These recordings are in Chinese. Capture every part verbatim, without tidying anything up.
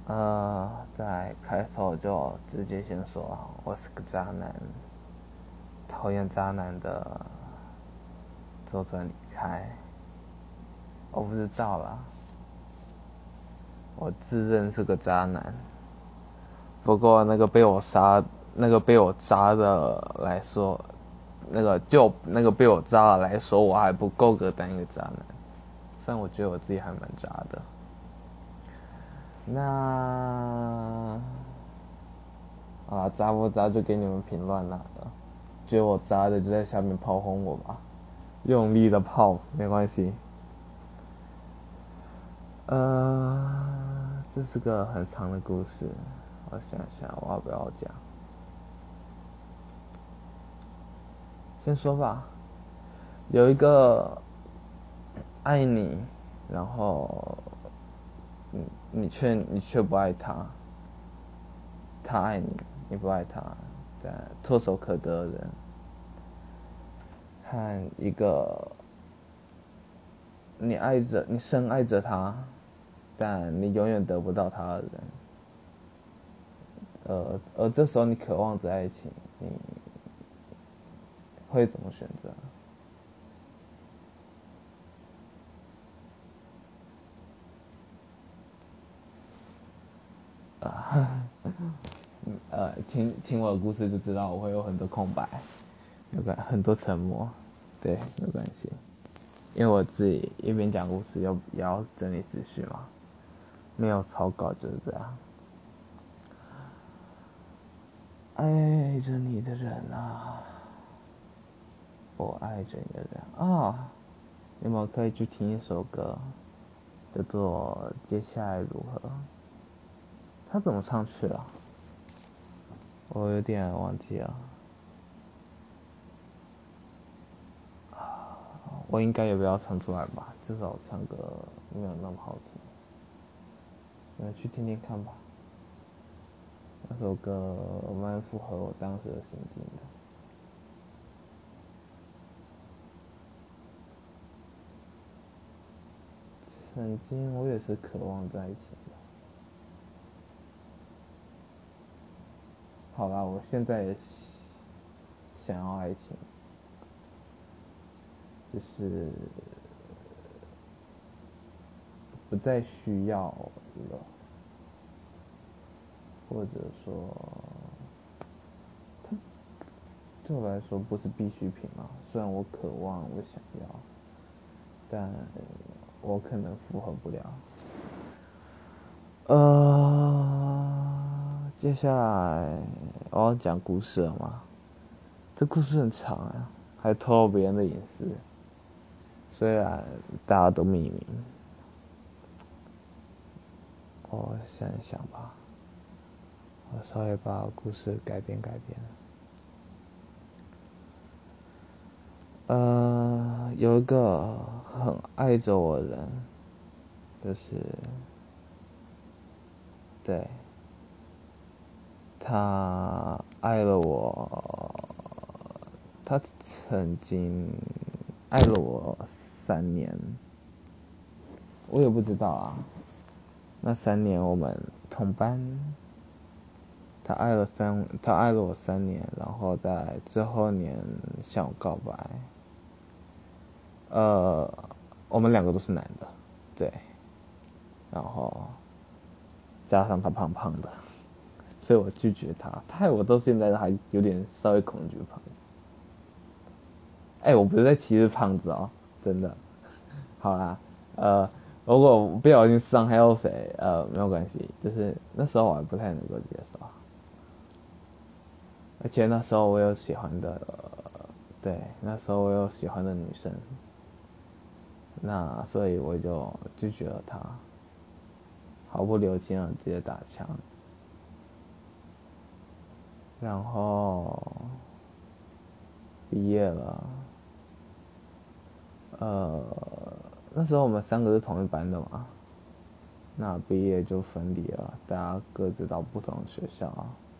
呃，在开头就直接先说，我是个渣男，讨厌渣男的周转离开。我不知道啦，我自认是个渣男，不过那个被我杀、那个被我渣的来说，那个就那个被我渣的来说，我还不够格当一个渣男。虽然我觉得我自己还蛮渣的。那啊，渣不渣就给你们评论了。觉得我渣的就在下面炮轰我吧，用力的炮没关系。呃，这是个很长的故事，我想想我要不要讲。先说吧，有一个爱你，然后你你却你却不爱他，他爱你，你不爱他，但唾手可得的人，和一个你爱着你深爱着他，但你永远得不到他的人。呃，而这时候你渴望着爱情，你会怎么选择？呃，听听我的故事就知道我会有很多空白，有关很多沉默，对，没关系，因为我自己一边讲故事又也要整理秩序嘛，没有草稿就是这样。爱着你的人啊，我爱着你的人啊，你们可以去听一首歌，叫做《接下来如何》，他怎么唱去了？我有点忘记了。我应该也不要唱出来吧，至少唱歌没有那么好听。你们去听听看吧，那首歌蛮符合我当时的心境的。曾经我也是渴望在一起的。好啦，我现在也想要爱情，只是不再需要了，或者说，它对我来说不是必需品嘛。虽然我渴望，我想要，但我可能符合不了。呃，接下来我要讲故事了吗？这故事很长啊，还透露别人的隐私。虽然大家都匿名，我想一想吧，我稍微把故事改变改变。呃，有一个很爱着我的人，就是对，他爱了我，他曾经爱了我三年，我也不知道啊。那三年我们同班，他爱了三，他爱了我三年，然后在最后一年向我告白。呃，我们两个都是男的，对，然后加上他胖胖的，所以我拒绝他。他害我到现在还有点稍微恐惧胖子。哎、欸，我不是在歧视胖子哦，真的。好啦，呃，如果不小心伤害到谁，呃，没有关系，就是那时候我还不太能够接受，而且那时候我有喜欢的，呃、对，那时候我有喜欢的女生，那所以我就拒绝了她，毫不留情的直接打枪，然后毕业了，呃，那时候我们三个是同一班的嘛，那毕业就分离了，大家各自到不同的学校。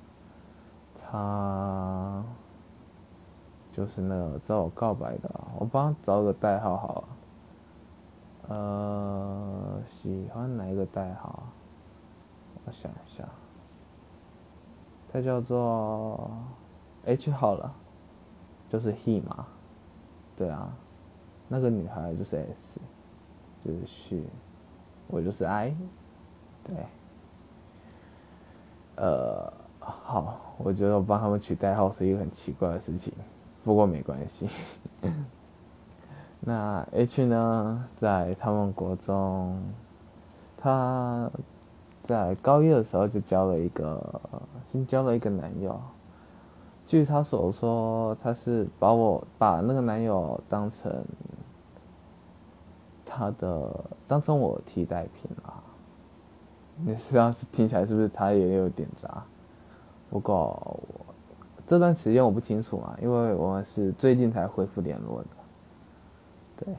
他就是那个找我告白的，我帮他找个代号好了。呃，喜欢哪一个代号？ 我想一下，它叫做 H 好了，就是 He 嘛，对啊，那个女孩就是 S， 就是 She， 我就是 I， 对，呃，好，我觉得我帮他们取代号是一个很奇怪的事情，不过没关系。那 H 呢，在他们国中，他在高一的时候就交了一个，新交了一个男友。据他所说，他是把我把那个男友当成他的，当成我替代品啦。你这样听起来是不是他也有点渣？不过我这段时间我不清楚嘛，因为我们是最近才恢复联络的。对，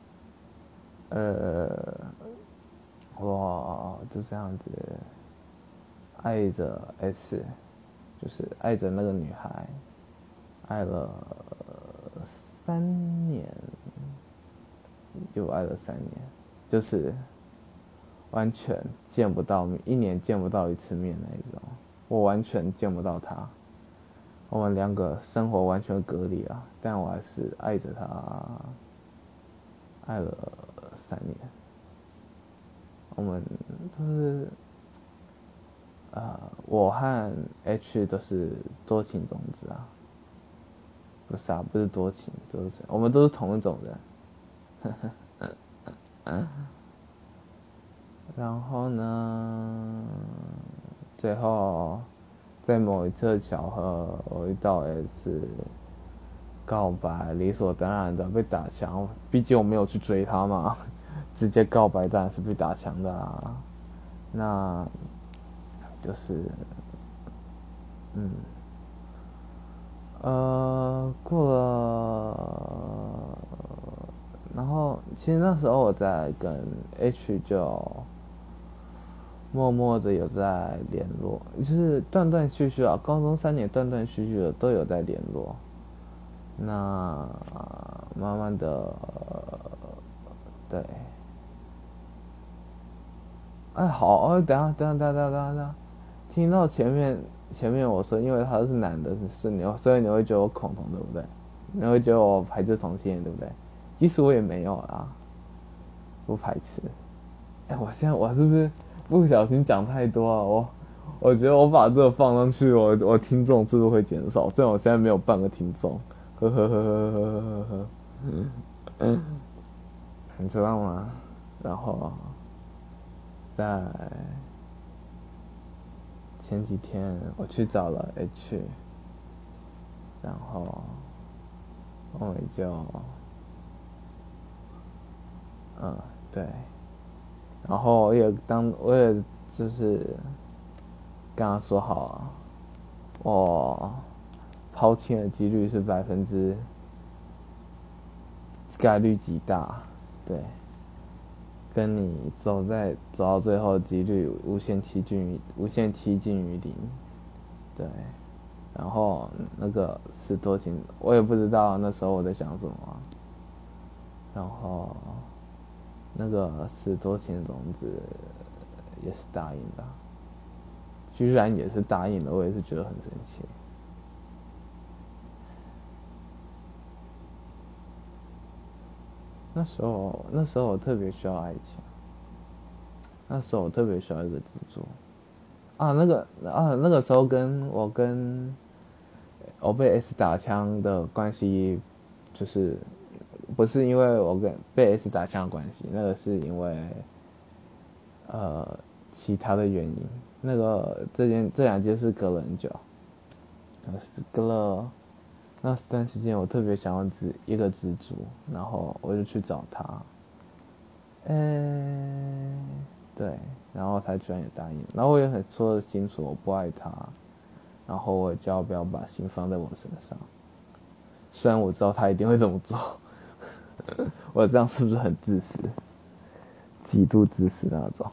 呃，我就这样子爱着 S， 就是爱着那个女孩，爱了三年，又爱了三年，就是完全见不到面，一年见不到一次面那一种，我完全见不到她，我们两个生活完全隔离了，但我还是爱着她，爱了三年，我们就是呃，我和 H 都是多情种子啊，不是啊，不是多情，都是我们都是同一种人。然后呢，最后在某一次巧合，我遇到 S 告白，理所当然的被打枪，毕竟我没有去追他嘛，直接告白当然是被打枪的啊。那就是嗯。呃，过了，然后其实那时候我在跟 H 就默默的有在联络，就是断断续续啊，高中三年断断续续的都有在联络。那慢慢的，对，哎，好，哦，等下，等下，等下，等下，等下，听到前面前面我说，因为他是男的，是你，所以你会觉得我恐同，对不对？你会觉得我排斥同性恋，对不对？其实我也没有啦，不排斥。哎，我现在我是不是不小心讲太多啊？我我觉得我把这个放上去，我我听众是不是会减少？虽然我现在没有半个听众，呵呵呵呵呵呵呵呵，嗯，你知道吗？然后在前几天我去找了 H，然后我们就嗯对，然后我也当我也就是跟他说好啊，我抛弃的几率是百分之概率极大，对，跟你走在走到最后的几率无限趋近于无限趋近于零，对，然后那个是多情，我也不知道那时候我在想什么啊，然后那个是多情的种子也是答应的，居然也是答应了，我也是觉得很生气。那时候，那时候我特别需要爱情，那时候我特别需要一个支柱啊。那个啊，那个时候跟我跟我被 S 打枪的关系，就是不是因为我跟被 S 打枪的关系，那个是因为呃其他的原因。那个这件这两件事隔了很久，是隔了那段时间，我特别想要支一个支柱，然后我就去找他。呃，对，然后他居然也答应，然后我也很说得清楚我不爱他，然后我也叫不要把心放在我身上。虽然我知道他一定会这么做，我这样是不是很自私？极度自私那种。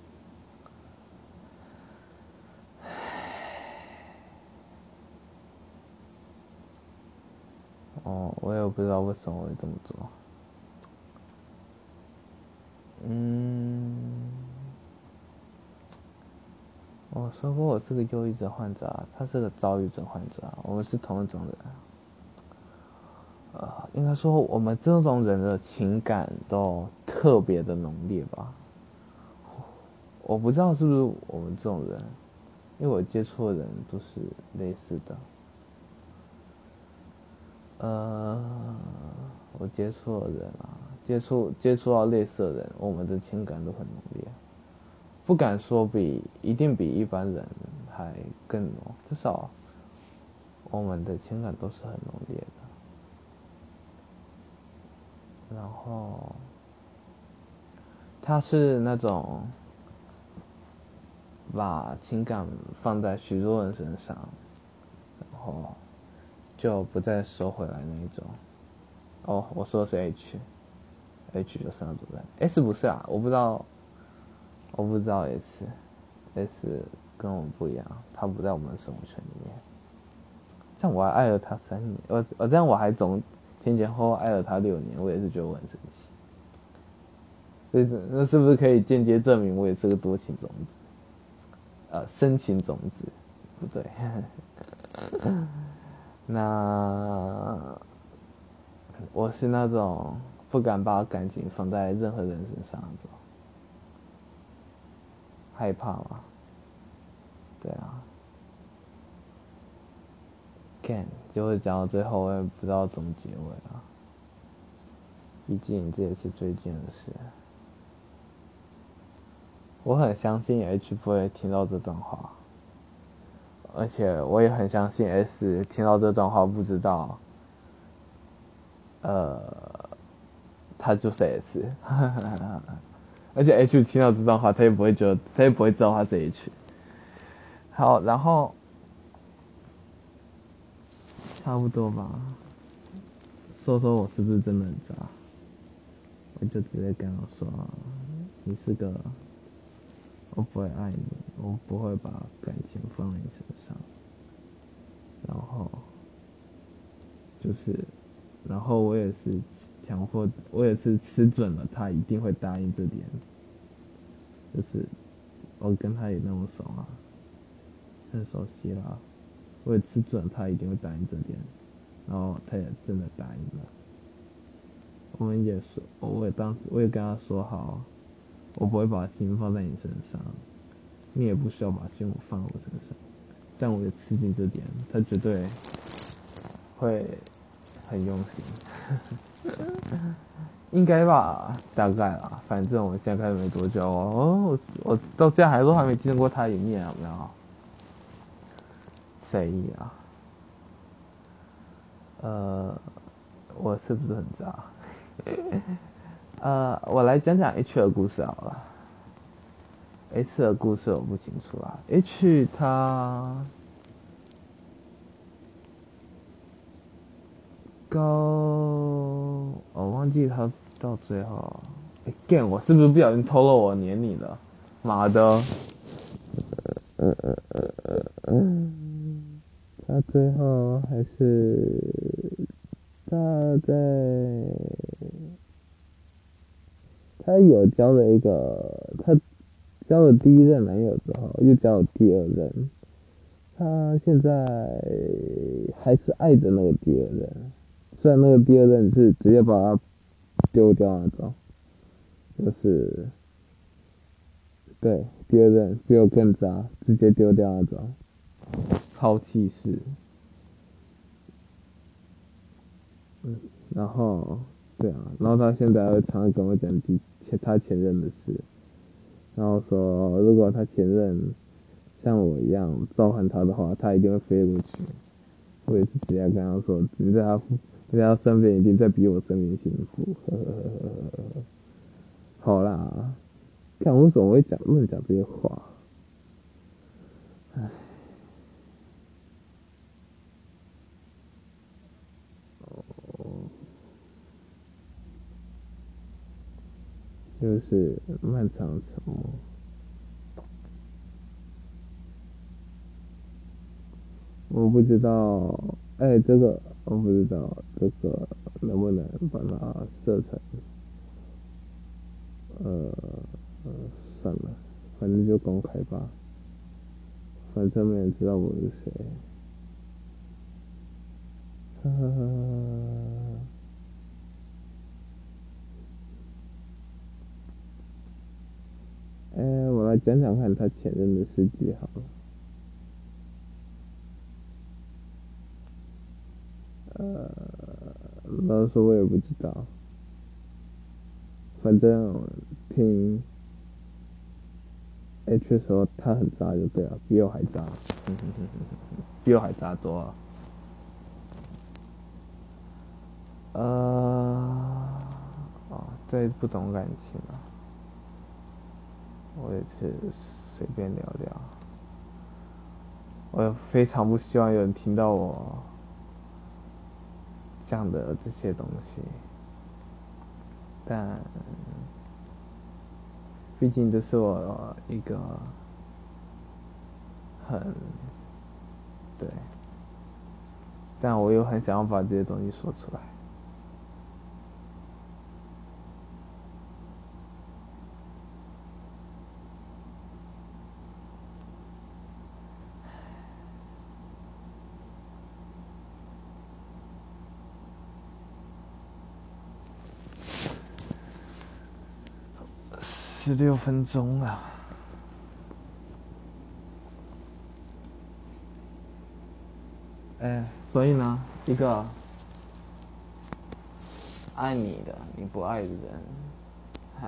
哦，我也不知道为什么会这么做。嗯， 我说过我是个忧郁症患者啊，他是个躁郁症患者啊，我们是同一种人。呃，应该说我们这种人的情感都特别的浓烈吧。我不知道是不是我们这种人，因为我接触的人都是类似的。呃，我接触的人啊，接触接触到类似的人，我们的情感都很浓烈，不敢说比一定比一般人还更浓，至少我们的情感都是很浓烈的。然后他是那种把情感放在许多人身上，然后就不再收回来那一种。哦，我说的是 H，H 就是那种人。S 不是啊，我不知道，我不知道 S，S 跟我们不一样，他不在我们的生活圈里面。这样我还爱了他三年，我我这样我还总前前后后爱了他六年，我也是觉得我很生气。所以那是不是可以间接证明我也是个多情种子？呃，深情种子，不对。那我是那种不敢把感情放在任何人身上那种，害怕嘛？对啊。干，就会讲到最后，我也不知道怎么结尾啊。毕竟这也是最近的事。我很相信 H 不会听到这段话，而且我也很相信 S 听到这段话不知道，呃，他就是 S。而且 H 听到这段话，他也不会觉得，他也不会知道他是 H。好，然后差不多吧。说说我是不是真的很渣？我就直接跟他说，你是个，我不会爱你，我不会把感情放在你身上。然后就是，然后我也是强迫，我也是吃准了他一定会答应这点。就是我跟他也那么熟啊，很熟悉啦，我也吃准他一定会答应这点，然后他也真的答应了。我们也说，我也当时我也跟他说好，我不会把心放在你身上，你也不需要把心放在我身上。但我也吃进这点，他绝对会很用心。应该吧，大概啦，反正我现在开始没多久哦，我我到现在还都还没见过他一面，有没有？谁呀？呃，我是不是很渣？呃，我来讲讲 H 的故事好了。H 的故事我不清楚啊。H 他高，我忘记他到最后。哎，Again，我是不是不小心透露我年龄了？妈的！他最后还是大概他有交了一个，他交了第一任男友之后，又交了第二任。他现在还是爱着那个第二任，虽然那个第二任是直接把他丢掉那种，就是对第二任比我更渣，直接丢掉那种，抛弃式。嗯，然后对啊，然后他现在会常常跟我讲前他前任的事，然后说如果他前任像我一样召唤他的话，他一定会飞过去。我也是直接跟他说，你在他在他身边一定在比我身边幸福。呵呵呵呵呵。好啦，看为什么会讲乱讲这些话？唉，哦，就是漫长的沉默。我不知道，哎、欸，这个我不知道，这个能不能把它设成，呃呃，算了，反正就公开吧。 反正没人知道我是谁。呵呵呵。哎，我来讲讲看他前任的事迹好了。呃，老实说，我也不知道。反正听 H 说他很渣就对了，比我还渣，比我还渣多了。呃，哦，这不懂感情啊，我也是随便聊聊。我非常不希望有人听到我讲的这些东西，但毕竟这是我一个很对，但我又很想要把这些东西说出来。十六分钟了。哎，所以呢，一个爱你的你不爱的人，和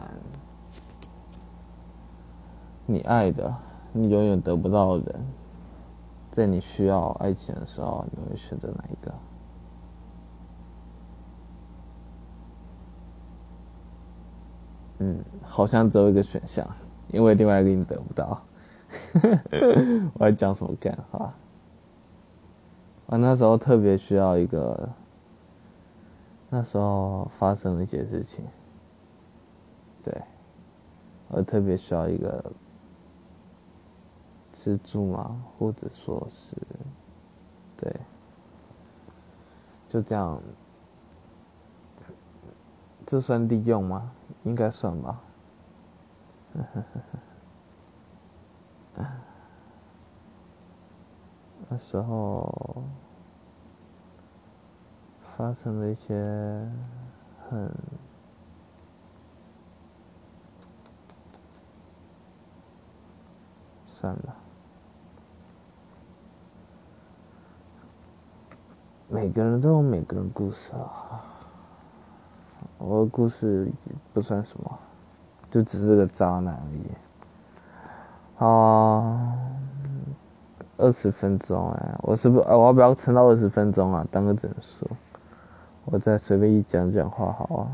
你爱的你永远得不到的人，在你需要爱情的时候，你会选择哪一个？嗯，好像只有一个选项，因为另外一个你得不到。我在讲什么干话？我那时候特别需要一个，那时候发生了一些事情，对，我特别需要一个支柱嘛，或者说是，对，就这样，这算利用吗？应该算吧。那时候发生了一些很算了，每个人都有每个人故事啊。我的故事不算什么，就只是个渣男而已。好啊，二十分钟哎、欸，我是不是、呃、我要不要撑到二十分钟啊？当个整数，我再随便一讲讲话好啊。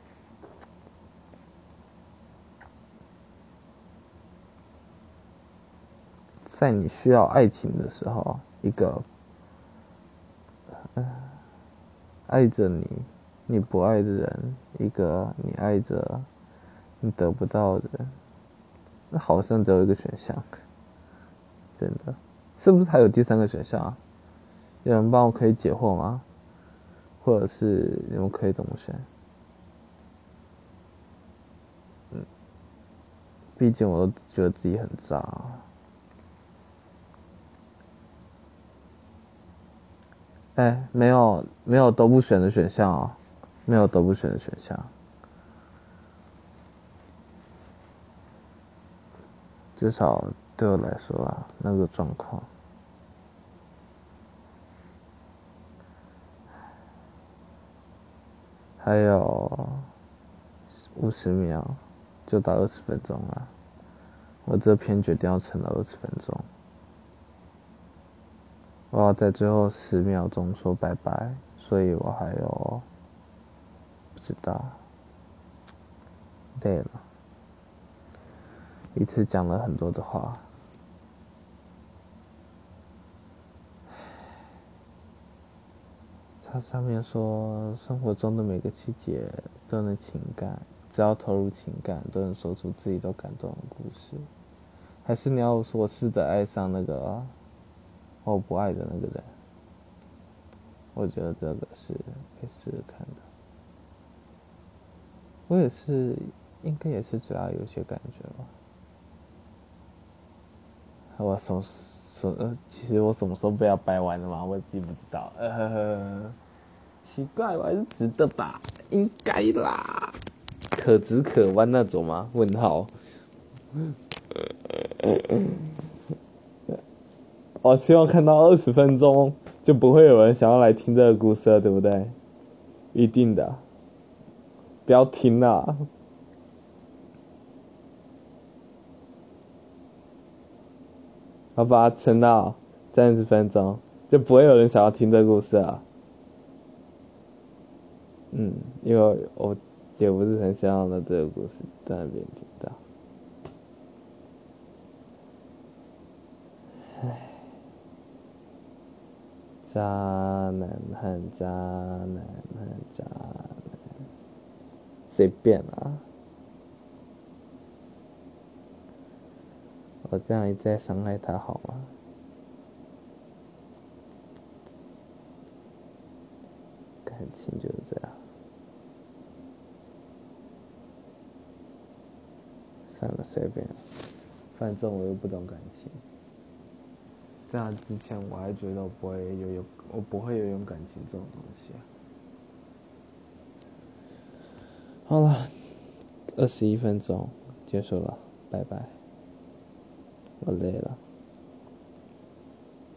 在你需要爱情的时候，一个、呃、爱着你你不爱的人，一个你爱着你得不到的人，那好像只有一个选项，真的，是不是还有第三个选项啊？有人帮我可以解惑吗？或者是你们可以怎么选？嗯，毕竟我都觉得自己很渣。哎，没有没有都不选的选项哦，没有都不选的选项。至少对我来说啊，那个状况。还有五十秒就到二十分钟了，我这篇决定要撑到二十分钟。我要在最后十秒钟说拜拜，所以我还有不知道累了，一次讲了很多的话。它上面说，生活中的每个细节都能情感，只要投入情感，都能说出自己都感动的故事。还是你要说我试着爱上那个我不爱的那个人？我觉得这个是可以试试看的。我也是，应该也是只要有些感觉吧。我什么什呃，其实我什么时候被他掰弯了嘛？我自己不知道。呃呵呵，奇怪，我还是直的吧？应该啦。可直可弯那种吗？问号。我希望看到二十分钟就不会有人想要来听这个故事了，对不对？一定的，不要听啦。我把它撑到三十分钟，就不会有人想要听这个故事啊。嗯，因为我也不是很想要的这个故事在那边听到。唉，渣男和渣男和渣男，随便啦。我这样一再伤害他好吗？感情就是这样。算了，随便，反正我又不懂感情。在那之前，我还觉得我不会游泳，我不会游泳感情这种东西啊。好了，二十一分钟结束了，拜拜，我累了。